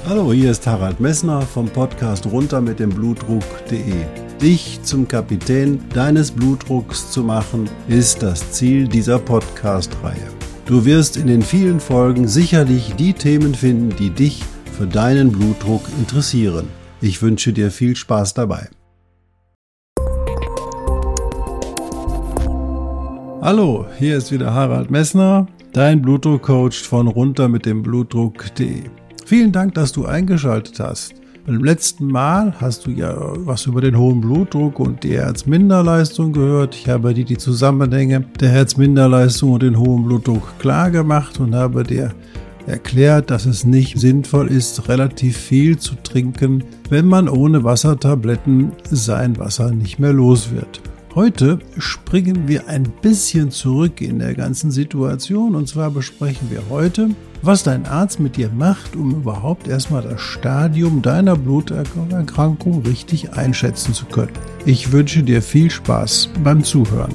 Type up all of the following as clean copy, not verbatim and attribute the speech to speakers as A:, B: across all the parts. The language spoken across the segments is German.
A: Hallo, hier ist Harald Messner vom Podcast runter mit dem Blutdruck.de. Dich zum Kapitän deines Blutdrucks zu machen, ist das Ziel dieser Podcast-Reihe. Du wirst in den vielen Folgen sicherlich die Themen finden, die dich für deinen Blutdruck interessieren. Ich wünsche dir viel Spaß dabei. Hallo, hier ist wieder Harald Messner, dein Blutdruckcoach von runter mit dem Blutdruck.de. Vielen Dank, dass du eingeschaltet hast. Beim letzten Mal hast du ja was über den hohen Blutdruck und die Herzminderleistung gehört. Ich habe dir die Zusammenhänge der Herzminderleistung und den hohen Blutdruck klar gemacht und habe dir erklärt, dass es nicht sinnvoll ist, relativ viel zu trinken, wenn man ohne Wassertabletten sein Wasser nicht mehr los wird. Heute springen wir ein bisschen zurück in der ganzen Situation und zwar besprechen wir heute, was dein Arzt mit dir macht, um überhaupt erstmal das Stadium deiner Bluterkrankung richtig einschätzen zu können. Ich wünsche dir viel Spaß beim Zuhören.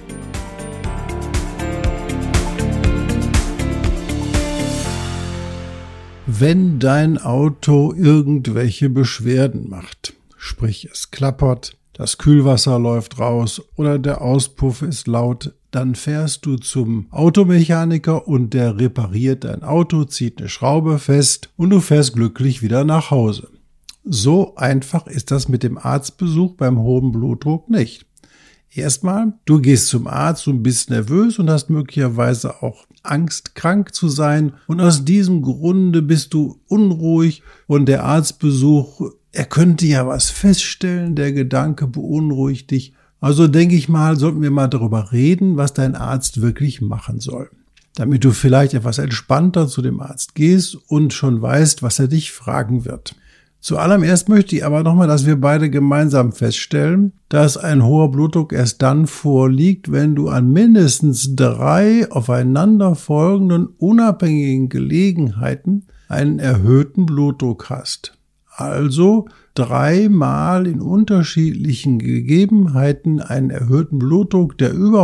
A: Wenn dein Auto irgendwelche Beschwerden macht, sprich es klappert, das Kühlwasser läuft raus oder der Auspuff ist laut, dann fährst du zum Automechaniker und der repariert dein Auto, zieht eine Schraube fest und du fährst glücklich wieder nach Hause. So einfach ist das mit dem Arztbesuch beim hohen Blutdruck nicht. Erstmal, du gehst zum Arzt und bist nervös und hast möglicherweise auch Angst, krank zu sein und aus diesem Grunde bist du unruhig und der Arztbesuch, er könnte ja was feststellen, der Gedanke beunruhigt dich. Also denke ich mal, sollten wir mal darüber reden, was dein Arzt wirklich machen soll. Damit du vielleicht etwas entspannter zu dem Arzt gehst und schon weißt, was er dich fragen wird. Zuallererst möchte ich aber nochmal, dass wir beide gemeinsam feststellen, dass ein hoher Blutdruck erst dann vorliegt, wenn du an mindestens 3 aufeinanderfolgenden unabhängigen Gelegenheiten einen erhöhten Blutdruck hast. Also 3-mal in unterschiedlichen Gegebenheiten einen erhöhten Blutdruck, der über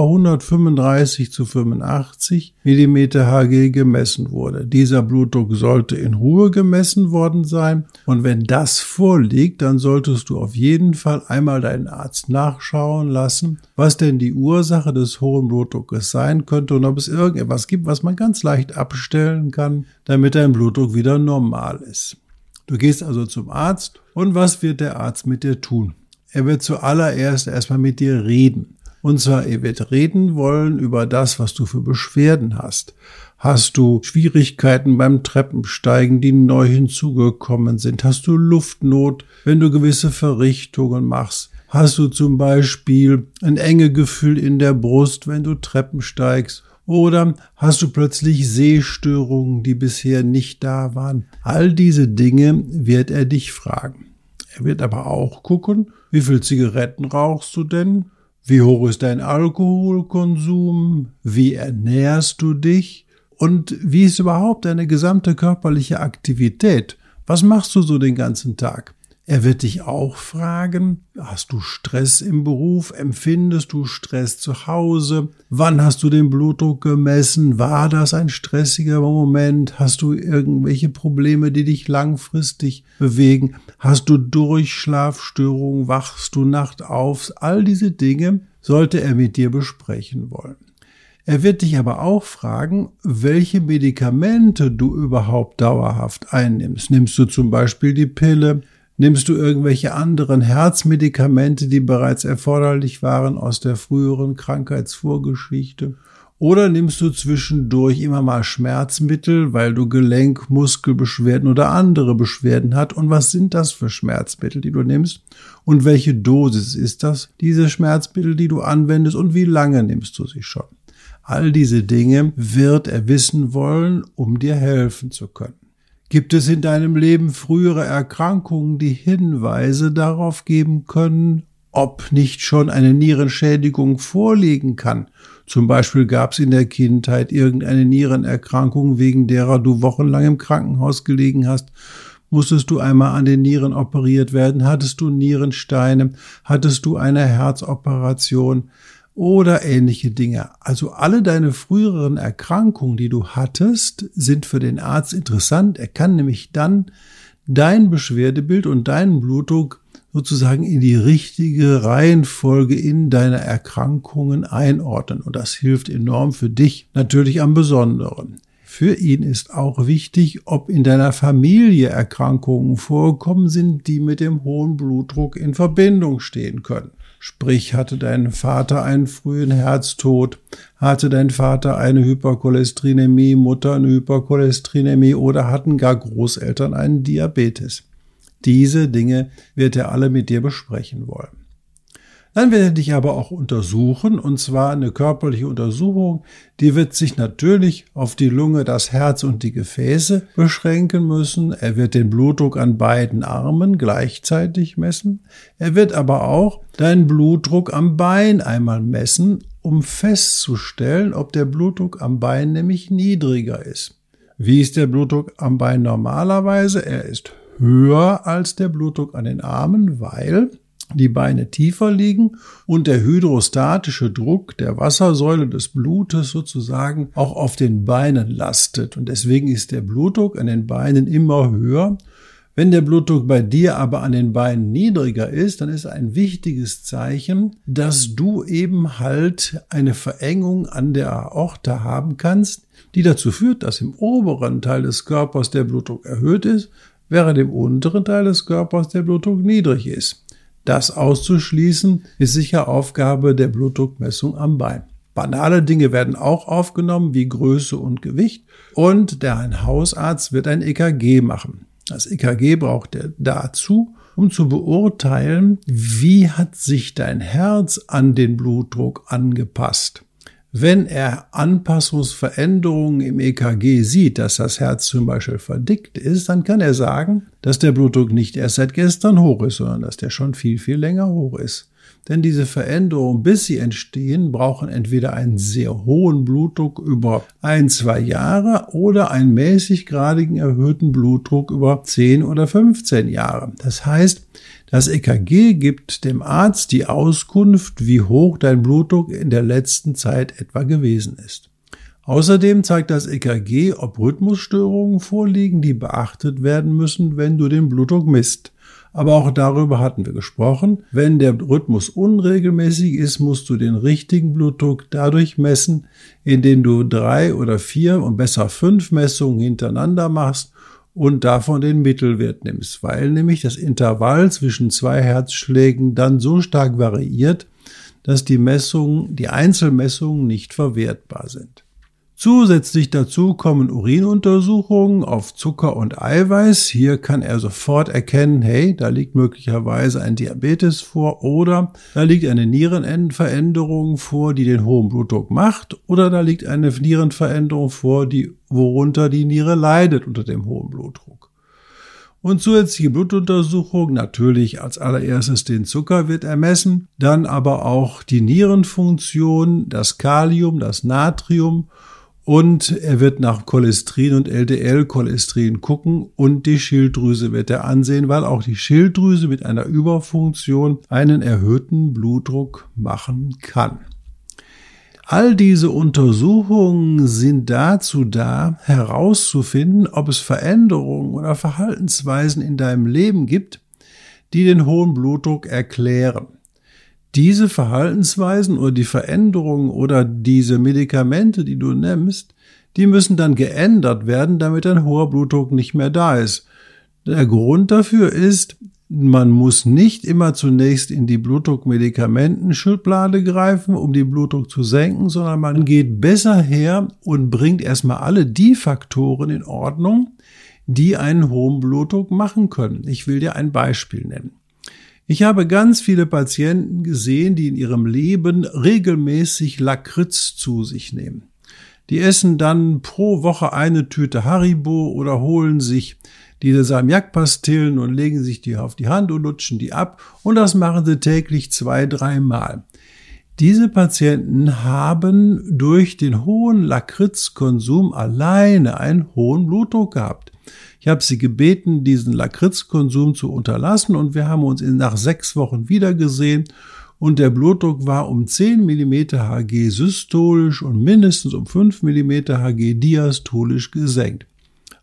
A: 135/85 mm Hg gemessen wurde. Dieser Blutdruck sollte in Ruhe gemessen worden sein und wenn das vorliegt, dann solltest du auf jeden Fall einmal deinen Arzt nachschauen lassen, was denn die Ursache des hohen Blutdruckes sein könnte und ob es irgendetwas gibt, was man ganz leicht abstellen kann, damit dein Blutdruck wieder normal ist. Du gehst also zum Arzt und was wird der Arzt mit dir tun? Er wird zuallererst erstmal mit dir reden. Und zwar, er wird reden wollen über das, was du für Beschwerden hast. Hast du Schwierigkeiten beim Treppensteigen, die neu hinzugekommen sind? Hast du Luftnot, wenn du gewisse Verrichtungen machst? Hast du zum Beispiel ein Engegefühl in der Brust, wenn du Treppen steigst? Oder hast du plötzlich Sehstörungen, die bisher nicht da waren? All diese Dinge wird er dich fragen. Er wird aber auch gucken, wie viel Zigaretten rauchst du denn? Wie hoch ist dein Alkoholkonsum? Wie ernährst du dich? Und wie ist überhaupt deine gesamte körperliche Aktivität? Was machst du so den ganzen Tag? Er wird dich auch fragen, hast du Stress im Beruf? Empfindest du Stress zu Hause? Wann hast du den Blutdruck gemessen? War das ein stressiger Moment? Hast du irgendwelche Probleme, die dich langfristig bewegen? Hast du Durchschlafstörungen? Wachst du nachts auf? All diese Dinge sollte er mit dir besprechen wollen. Er wird dich aber auch fragen, welche Medikamente du überhaupt dauerhaft einnimmst. Nimmst du zum Beispiel die Pille? Nimmst du irgendwelche anderen Herzmedikamente, die bereits erforderlich waren aus der früheren Krankheitsvorgeschichte? Oder nimmst du zwischendurch immer mal Schmerzmittel, weil du Gelenk-, Muskelbeschwerden oder andere Beschwerden hast? Und was sind das für Schmerzmittel, die du nimmst? Und welche Dosis ist das, diese Schmerzmittel, die du anwendest? Und wie lange nimmst du sie schon? All diese Dinge wird er wissen wollen, um dir helfen zu können. Gibt es in deinem Leben frühere Erkrankungen, die Hinweise darauf geben können, ob nicht schon eine Nierenschädigung vorliegen kann? Zum Beispiel gab es in der Kindheit irgendeine Nierenerkrankung, wegen derer du wochenlang im Krankenhaus gelegen hast. Musstest du einmal an den Nieren operiert werden? Hattest du Nierensteine? Hattest du eine Herzoperation? Oder ähnliche Dinge. Also alle deine früheren Erkrankungen, die du hattest, sind für den Arzt interessant. Er kann nämlich dann dein Beschwerdebild und deinen Blutdruck sozusagen in die richtige Reihenfolge in deine Erkrankungen einordnen. Und das hilft enorm für dich, natürlich am Besonderen. Für ihn ist auch wichtig, ob in deiner Familie Erkrankungen vorkommen sind, die mit dem hohen Blutdruck in Verbindung stehen können. Sprich, hatte dein Vater einen frühen Herztod, hatte dein Vater eine Hypercholesterinämie, Mutter eine Hypercholesterinämie oder hatten gar Großeltern einen Diabetes. Diese Dinge wird er alle mit dir besprechen wollen. Dann wird er dich aber auch untersuchen, und zwar eine körperliche Untersuchung, die wird sich natürlich auf die Lunge, das Herz und die Gefäße beschränken müssen. Er wird den Blutdruck an beiden Armen gleichzeitig messen. Er wird aber auch deinen Blutdruck am Bein einmal messen, um festzustellen, ob der Blutdruck am Bein nämlich niedriger ist. Wie ist der Blutdruck am Bein normalerweise? Er ist höher als der Blutdruck an den Armen, weil die Beine tiefer liegen und der hydrostatische Druck der Wassersäule des Blutes sozusagen auch auf den Beinen lastet. Und deswegen ist der Blutdruck an den Beinen immer höher. Wenn der Blutdruck bei dir aber an den Beinen niedriger ist, dann ist ein wichtiges Zeichen, dass du eben halt eine Verengung an der Aorta haben kannst, die dazu führt, dass im oberen Teil des Körpers der Blutdruck erhöht ist, während im unteren Teil des Körpers der Blutdruck niedrig ist. Das auszuschließen ist sicher Aufgabe der Blutdruckmessung am Bein. Banale Dinge werden auch aufgenommen, wie Größe und Gewicht, und ein Hausarzt wird ein EKG machen. Das EKG braucht er dazu, um zu beurteilen, wie hat sich dein Herz an den Blutdruck angepasst. Wenn er Anpassungsveränderungen im EKG sieht, dass das Herz zum Beispiel verdickt ist, dann kann er sagen, dass der Blutdruck nicht erst seit gestern hoch ist, sondern dass der schon viel, viel länger hoch ist. Denn diese Veränderungen, bis sie entstehen, brauchen entweder einen sehr hohen Blutdruck über 1-2 Jahre oder einen mäßiggradigen erhöhten Blutdruck über 10 oder 15 Jahre. Das heißt, das EKG gibt dem Arzt die Auskunft, wie hoch dein Blutdruck in der letzten Zeit etwa gewesen ist. Außerdem zeigt das EKG, ob Rhythmusstörungen vorliegen, die beachtet werden müssen, wenn du den Blutdruck misst. Aber auch darüber hatten wir gesprochen. Wenn der Rhythmus unregelmäßig ist, musst du den richtigen Blutdruck dadurch messen, indem du 3 oder 4 und besser 5 Messungen hintereinander machst und davon den Mittelwert nimmst, weil nämlich das Intervall zwischen 2 Herzschlägen dann so stark variiert, dass die Einzelmessungen nicht verwertbar sind. Zusätzlich dazu kommen Urinuntersuchungen auf Zucker und Eiweiß. Hier kann er sofort erkennen, hey, da liegt möglicherweise ein Diabetes vor oder da liegt eine Nierenendenveränderung vor, die den hohen Blutdruck macht, oder da liegt eine Nierenveränderung vor, worunter die Niere leidet unter dem hohen Blutdruck. Und zusätzliche Blutuntersuchungen, natürlich als allererstes den Zucker wird ermessen, dann aber auch die Nierenfunktion, das Kalium, das Natrium, und er wird nach Cholesterin und LDL-Cholesterin gucken und die Schilddrüse wird er ansehen, weil auch die Schilddrüse mit einer Überfunktion einen erhöhten Blutdruck machen kann. All diese Untersuchungen sind dazu da, herauszufinden, ob es Veränderungen oder Verhaltensweisen in deinem Leben gibt, die den hohen Blutdruck erklären. Diese Verhaltensweisen oder die Veränderungen oder diese Medikamente, die du nimmst, die müssen dann geändert werden, damit ein hoher Blutdruck nicht mehr da ist. Der Grund dafür ist, man muss nicht immer zunächst in die Blutdruckmedikamenten-Schublade greifen, um den Blutdruck zu senken, sondern man geht besser her und bringt erstmal alle die Faktoren in Ordnung, die einen hohen Blutdruck machen können. Ich will dir ein Beispiel nennen. Ich habe ganz viele Patienten gesehen, die in ihrem Leben regelmäßig Lakritz zu sich nehmen. Die essen dann pro Woche eine Tüte Haribo oder holen sich diese Salmiak-Pastillen und legen sich die auf die Hand und lutschen die ab. Und das machen sie täglich 2-3 Mal. Diese Patienten haben durch den hohen Lakritzkonsum alleine einen hohen Blutdruck gehabt. Ich habe sie gebeten, diesen Lakritzkonsum zu unterlassen und wir haben uns nach 6 Wochen wiedergesehen und der Blutdruck war um 10 mm Hg systolisch und mindestens um 5 mm Hg diastolisch gesenkt.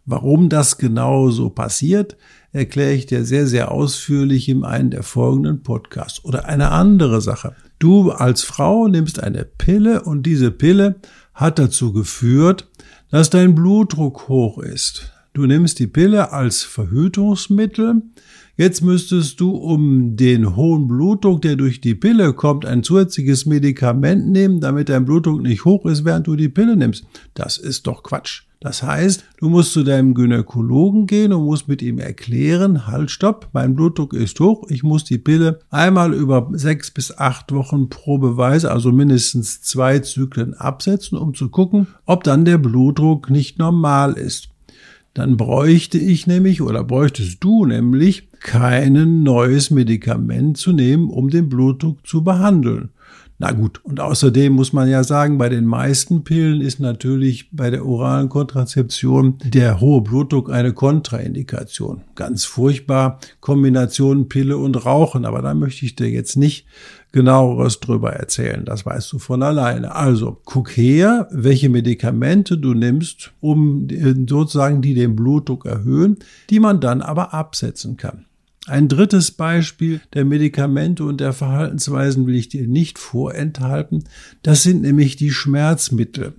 A: Warum das genau so passiert, erkläre ich dir sehr, sehr ausführlich in einem der folgenden Podcasts. Oder eine andere Sache. Du als Frau nimmst eine Pille und diese Pille hat dazu geführt, dass dein Blutdruck hoch ist. Du nimmst die Pille als Verhütungsmittel. Jetzt müsstest du, um den hohen Blutdruck, der durch die Pille kommt, ein zusätzliches Medikament nehmen, damit dein Blutdruck nicht hoch ist, während du die Pille nimmst. Das ist doch Quatsch. Das heißt, du musst zu deinem Gynäkologen gehen und musst mit ihm erklären, halt, stopp, mein Blutdruck ist hoch, ich muss die Pille einmal über 6 bis 8 Wochen probeweise, also mindestens 2 Zyklen absetzen, um zu gucken, ob dann der Blutdruck nicht normal ist. Dann bräuchtest du nämlich kein neues Medikament zu nehmen, um den Blutdruck zu behandeln. Na gut, und außerdem muss man ja sagen, bei den meisten Pillen ist natürlich bei der oralen Kontrazeption der hohe Blutdruck eine Kontraindikation. Ganz furchtbar, Kombination Pille und Rauchen, aber da möchte ich dir jetzt nicht genaueres drüber erzählen, das weißt du von alleine. Also, guck her, welche Medikamente du nimmst, um sozusagen die den Blutdruck erhöhen, die man dann aber absetzen kann. Ein drittes Beispiel der Medikamente und der Verhaltensweisen will ich dir nicht vorenthalten. Das sind nämlich die Schmerzmittel.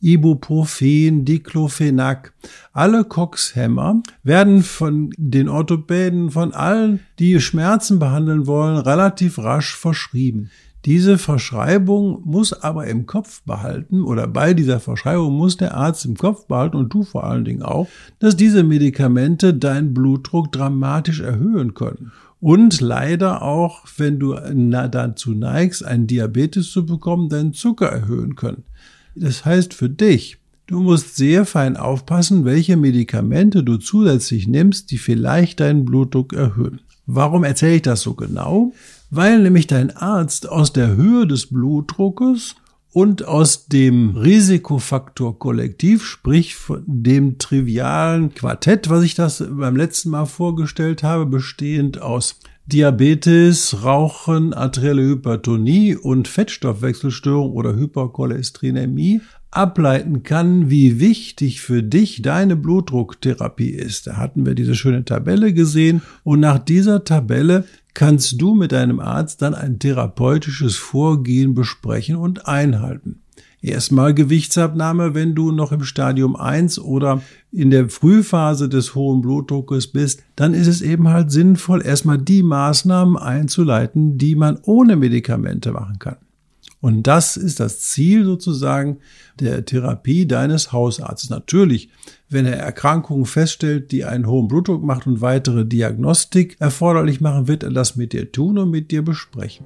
A: Ibuprofen, Diclofenac, alle COX-Hämmer werden von den Orthopäden, von allen, die Schmerzen behandeln wollen, relativ rasch verschrieben. Diese Verschreibung muss aber im Kopf behalten, oder bei dieser Verschreibung muss der Arzt im Kopf behalten und du vor allen Dingen auch, dass diese Medikamente deinen Blutdruck dramatisch erhöhen können. Und leider auch, wenn du dazu neigst, einen Diabetes zu bekommen, deinen Zucker erhöhen können. Das heißt für dich, du musst sehr fein aufpassen, welche Medikamente du zusätzlich nimmst, die vielleicht deinen Blutdruck erhöhen. Warum erzähle ich das so genau? Weil nämlich dein Arzt aus der Höhe des Blutdruckes und aus dem Risikofaktor Kollektiv, sprich von dem trivialen Quartett, was ich das beim letzten Mal vorgestellt habe, bestehend aus Diabetes, Rauchen, arterielle Hypertonie und Fettstoffwechselstörung oder Hypercholesterinämie, ableiten kann, wie wichtig für dich deine Blutdrucktherapie ist. Da hatten wir diese schöne Tabelle gesehen und nach dieser Tabelle kannst du mit deinem Arzt dann ein therapeutisches Vorgehen besprechen und einhalten. Erstmal Gewichtsabnahme, wenn du noch im Stadium 1 oder in der Frühphase des hohen Blutdruckes bist, dann ist es eben halt sinnvoll, erstmal die Maßnahmen einzuleiten, die man ohne Medikamente machen kann. Und das ist das Ziel sozusagen der Therapie deines Hausarztes. Natürlich, wenn er Erkrankungen feststellt, die einen hohen Blutdruck macht und weitere Diagnostik erforderlich machen, wird er das mit dir tun und mit dir besprechen.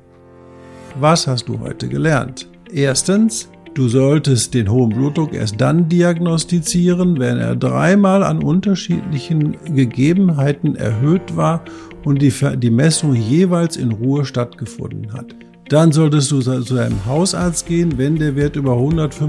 A: Was hast du heute gelernt? Erstens, du solltest den hohen Blutdruck erst dann diagnostizieren, wenn er 3-mal an unterschiedlichen Gegebenheiten erhöht war und die Messung jeweils in Ruhe stattgefunden hat. Dann solltest du zu deinem Hausarzt gehen, wenn der Wert über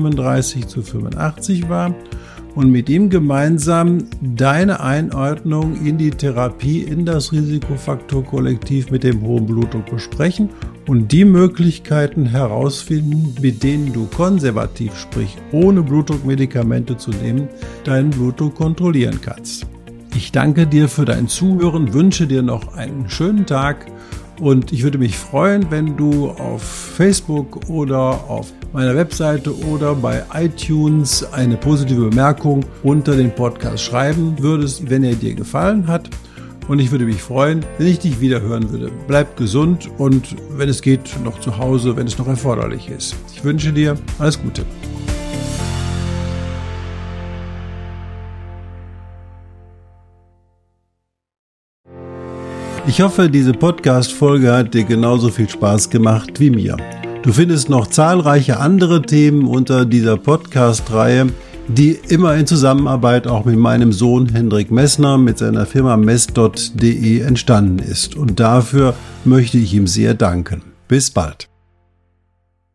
A: 135/85 war und mit ihm gemeinsam deine Einordnung in die Therapie, in das Risikofaktor-Kollektiv mit dem hohen Blutdruck besprechen und die Möglichkeiten herausfinden, mit denen du konservativ, sprich ohne Blutdruckmedikamente zu nehmen, deinen Blutdruck kontrollieren kannst. Ich danke dir für dein Zuhören, wünsche dir noch einen schönen Tag. Und ich würde mich freuen, wenn du auf Facebook oder auf meiner Webseite oder bei iTunes eine positive Bemerkung unter den Podcast schreiben würdest, wenn er dir gefallen hat. Und ich würde mich freuen, wenn ich dich wieder hören würde. Bleib gesund und wenn es geht, noch zu Hause, wenn es noch erforderlich ist. Ich wünsche dir alles Gute. Ich hoffe, diese Podcast-Folge hat dir genauso viel Spaß gemacht wie mir. Du findest noch zahlreiche andere Themen unter dieser Podcast-Reihe, die immer in Zusammenarbeit auch mit meinem Sohn Hendrik Messner mit seiner Firma mess.de entstanden ist. Und dafür möchte ich ihm sehr danken. Bis bald.